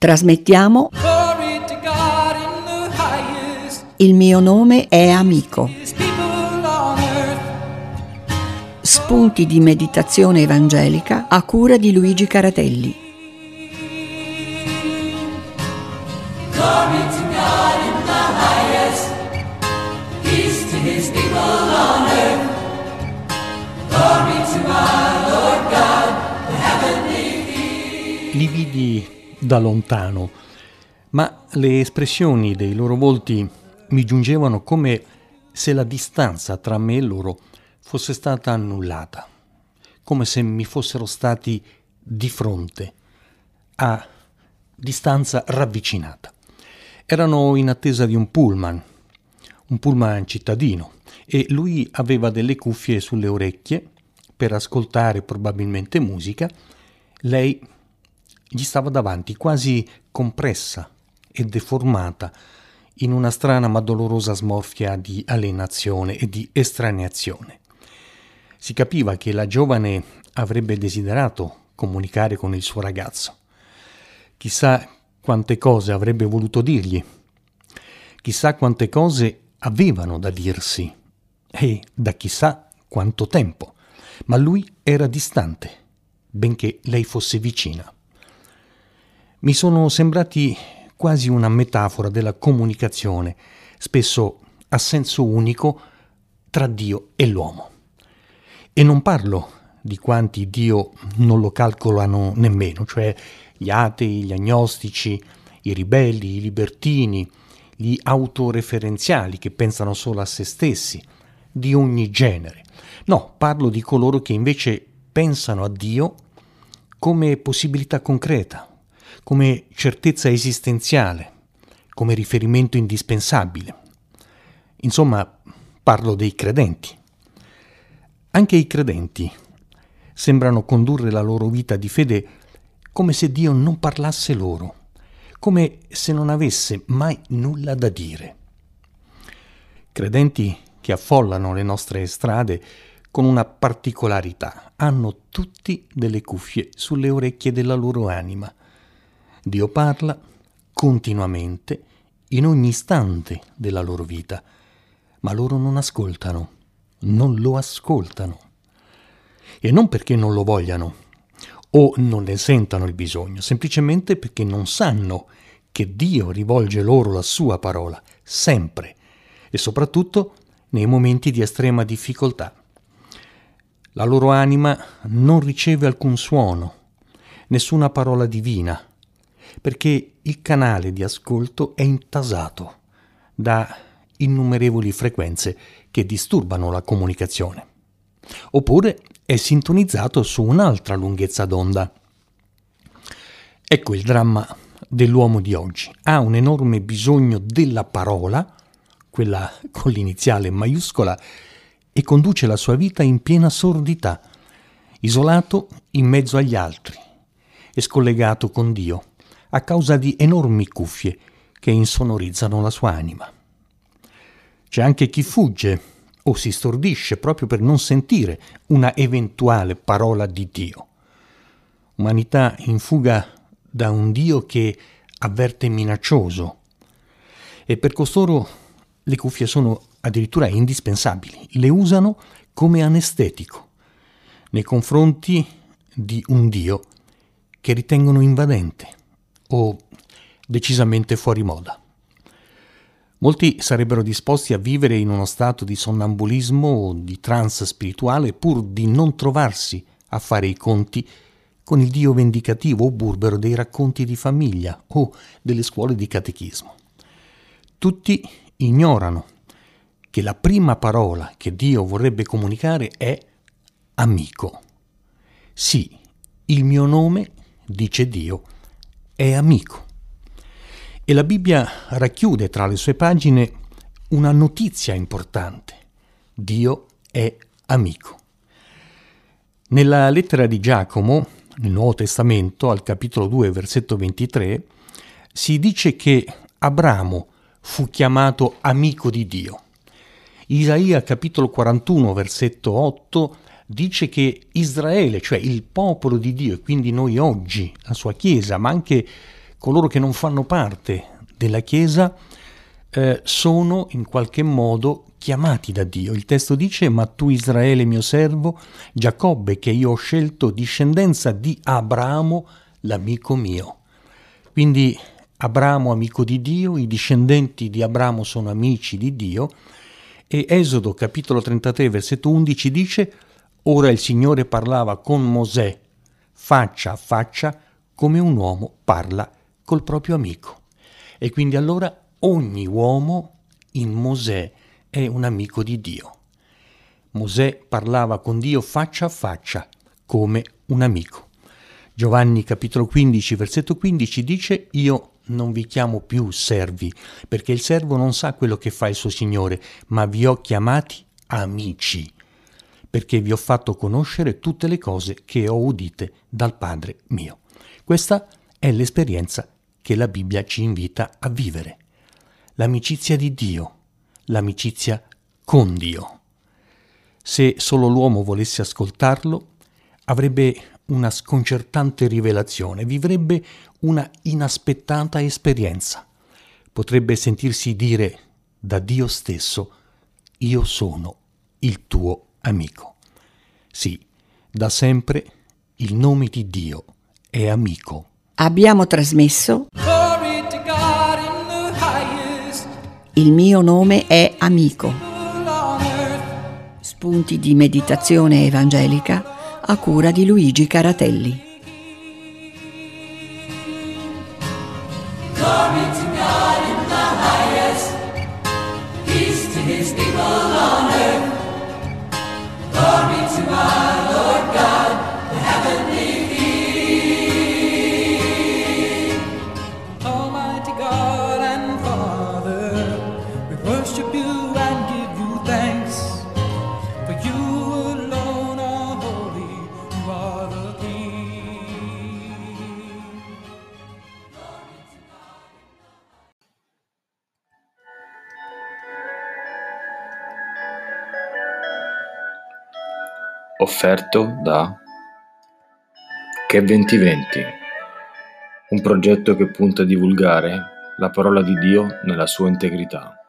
Trasmettiamo Glory to God in the highest. Il mio nome è Amico. His people on earth. Spunti di meditazione evangelica a cura di Luigi Caratelli. Glory to God in the highest. Peace to his people on earth. Glory to our Lord God, the heavenly King. Li vidi da lontano, ma le espressioni dei loro volti mi giungevano come se la distanza tra me e loro fosse stata annullata, come se mi fossero stati di fronte, a distanza ravvicinata. Erano in attesa di un pullman cittadino, e lui aveva delle cuffie sulle orecchie per ascoltare probabilmente musica. Lei gli stava davanti, quasi compressa e deformata in una strana ma dolorosa smorfia di alienazione e di estraneazione. Si capiva che la giovane avrebbe desiderato comunicare con il suo ragazzo. Chissà quante cose avrebbe voluto dirgli. Chissà quante cose avevano da dirsi e da chissà quanto tempo. Ma lui era distante, benché lei fosse vicina. Mi sono sembrati quasi una metafora della comunicazione, spesso a senso unico, tra Dio e l'uomo. E non parlo di quanti Dio non lo calcolano nemmeno, cioè gli atei, gli agnostici, i ribelli, i libertini, gli autoreferenziali che pensano solo a se stessi, di ogni genere. No, parlo di coloro che invece pensano a Dio come possibilità concreta, come certezza esistenziale, come riferimento indispensabile. Insomma, parlo dei credenti. Anche i credenti sembrano condurre la loro vita di fede come se Dio non parlasse loro, come se non avesse mai nulla da dire. Credenti che affollano le nostre strade con una particolarità: hanno tutti delle cuffie sulle orecchie della loro anima. Dio parla continuamente, in ogni istante della loro vita, ma loro non ascoltano, non lo ascoltano. E non perché non lo vogliano o non ne sentano il bisogno, semplicemente perché non sanno che Dio rivolge loro la sua parola, sempre, e soprattutto nei momenti di estrema difficoltà. La loro anima non riceve alcun suono, nessuna parola divina, perché il canale di ascolto è intasato da innumerevoli frequenze che disturbano la comunicazione. Oppure è sintonizzato su un'altra lunghezza d'onda. Ecco il dramma dell'uomo di oggi. Ha un enorme bisogno della parola, quella con l'iniziale maiuscola, e conduce la sua vita in piena sordità, isolato in mezzo agli altri e scollegato con Dio, a causa di enormi cuffie che insonorizzano la sua anima. C'è anche chi fugge o si stordisce proprio per non sentire una eventuale parola di Dio. Umanità in fuga da un Dio che avverte minaccioso, e per costoro le cuffie sono addirittura indispensabili. Le usano come anestetico nei confronti di un Dio che ritengono invadente o decisamente fuori moda. Molti sarebbero disposti a vivere in uno stato di sonnambulismo o di trance spirituale pur di non trovarsi a fare i conti con il Dio vendicativo o burbero dei racconti di famiglia o delle scuole di catechismo. Tutti ignorano che la prima parola che Dio vorrebbe comunicare è amico. Sì, il mio nome, dice Dio, è amico. E la Bibbia racchiude tra le sue pagine una notizia importante: Dio è amico. Nella lettera di Giacomo, nel Nuovo Testamento, al capitolo 2, versetto 23, si dice che Abramo fu chiamato amico di Dio. Isaia, capitolo 41, versetto 8, dice che Israele, cioè il popolo di Dio, e quindi noi oggi, la sua Chiesa, ma anche coloro che non fanno parte della Chiesa sono in qualche modo chiamati da Dio. Il testo dice: ma tu Israele mio servo, Giacobbe che io ho scelto, discendenza di Abramo l'amico mio. Quindi Abramo amico di Dio, i discendenti di Abramo sono amici di Dio, e Esodo capitolo 33 versetto 11 dice: ora il Signore parlava con Mosè faccia a faccia come un uomo parla col proprio amico. E quindi allora ogni uomo in Mosè è un amico di Dio. Mosè parlava con Dio faccia a faccia come un amico. Giovanni capitolo 15 versetto 15 dice: io non vi chiamo più servi, perché il servo non sa quello che fa il suo Signore, ma vi ho chiamati amici, perché vi ho fatto conoscere tutte le cose che ho udite dal Padre mio. Questa è l'esperienza che la Bibbia ci invita a vivere. L'amicizia di Dio, l'amicizia con Dio. Se solo l'uomo volesse ascoltarlo, avrebbe una sconcertante rivelazione, vivrebbe una inaspettata esperienza. Potrebbe sentirsi dire da Dio stesso: io sono il tuo amico. Sì, da sempre il nome di Dio è amico. Abbiamo trasmesso Glory to God in the highest, Il mio nome è Amico. people on earth. Spunti di meditazione evangelica a cura di Luigi Caratelli. Glory to God in the highest, peace to his people on earth. Glory to our Lord God, the heavenly King. Almighty God and Father, we worship you and give you thanks, for you alone are holy, you are the King. Offerto da Che 2020, un progetto che punta a divulgare la parola di Dio nella sua integrità.